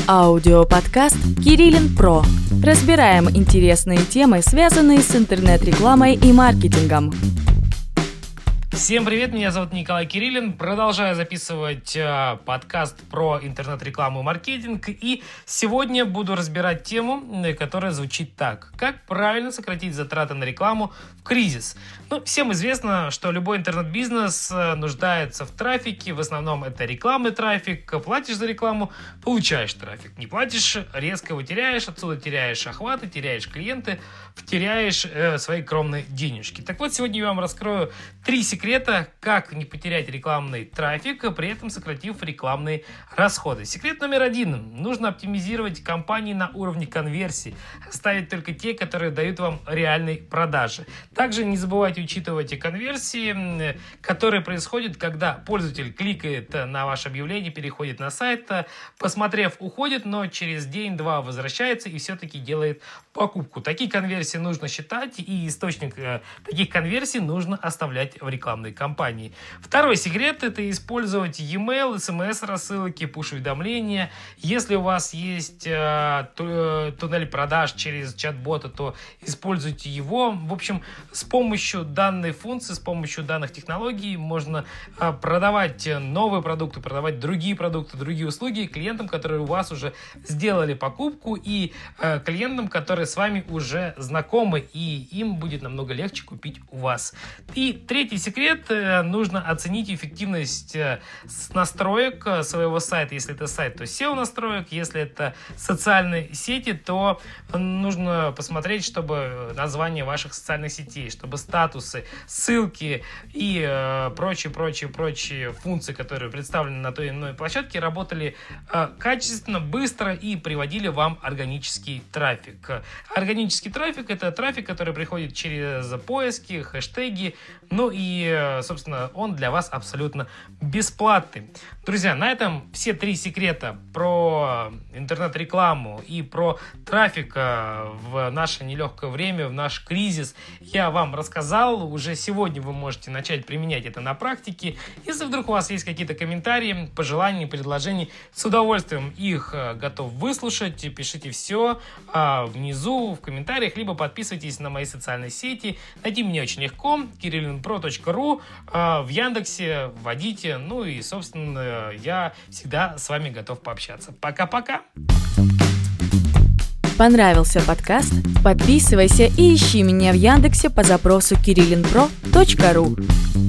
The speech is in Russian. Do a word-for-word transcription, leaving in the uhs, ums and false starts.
Аудиоподкаст «Кириллин Про». Разбираем интересные темы, связанные с интернет-рекламой и маркетингом. Всем привет, меня зовут Николай Кириллин. Продолжаю записывать э, подкаст про интернет-рекламу и маркетинг. И сегодня буду разбирать тему, которая звучит так. Как правильно сократить затраты на рекламу в кризис? Ну, всем известно, что любой интернет-бизнес нуждается в трафике. В основном это рекламный трафик. Платишь за рекламу, получаешь трафик. Не платишь, резко его теряешь. Отсюда теряешь охваты, теряешь клиенты, теряешь э, свои скромные денежки. Так вот, сегодня я вам раскрою три секрета, как не потерять рекламный трафик, при этом сократив рекламные расходы. Секрет номер один. Нужно оптимизировать кампании на уровне конверсии. Ставить только те, которые дают вам реальные продажи. Также не забывайте учитывать и конверсии, которые происходят, когда пользователь кликает на ваше объявление, переходит на сайт, посмотрев, уходит, но через день-два возвращается и все-таки делает покупку. Такие конверсии нужно считать, и источник таких конверсий нужно оставлять в рекламной кампании. Второй секрет – это использовать e-mail, смс-рассылки, пуш-уведомления. Если у вас есть э, туннель продаж через чат-бота, то используйте его. В общем, с помощью данной функции, с помощью данных технологий можно э, продавать новые продукты, продавать другие продукты, другие услуги клиентам, которые у вас уже сделали покупку, и э, клиентам, которые с вами уже знакомы, и им будет намного легче купить у вас. И третий секрет: нужно оценить эффективность настроек своего сайта. Если это сайт, то сео настроек. Если это социальные сети, то нужно посмотреть, чтобы название ваших социальных сетей, чтобы статусы, ссылки и прочие, прочие, прочие функции, которые представлены на той или иной площадке, работали качественно, быстро и приводили вам органический трафик. Органический трафик — это трафик, который приходит через поиски, хэштеги, ну и, собственно, он для вас абсолютно бесплатный. Друзья, на этом все три секрета про интернет-рекламу и про трафик в наше нелегкое время, в наш кризис я вам рассказал. Уже сегодня вы можете начать применять это на практике. Если вдруг у вас есть какие-то комментарии, пожелания, предложения, с удовольствием их готов выслушать. Пишите все внизу в комментариях, либо подписывайтесь на мои социальные сети. Найти меня очень легко: кириллин про точка ру. В Яндексе вводите. Ну и, собственно, я всегда с вами готов пообщаться. Пока-пока! Понравился подкаст? Подписывайся и ищи меня в Яндексе по запросу кириллин про точка ру.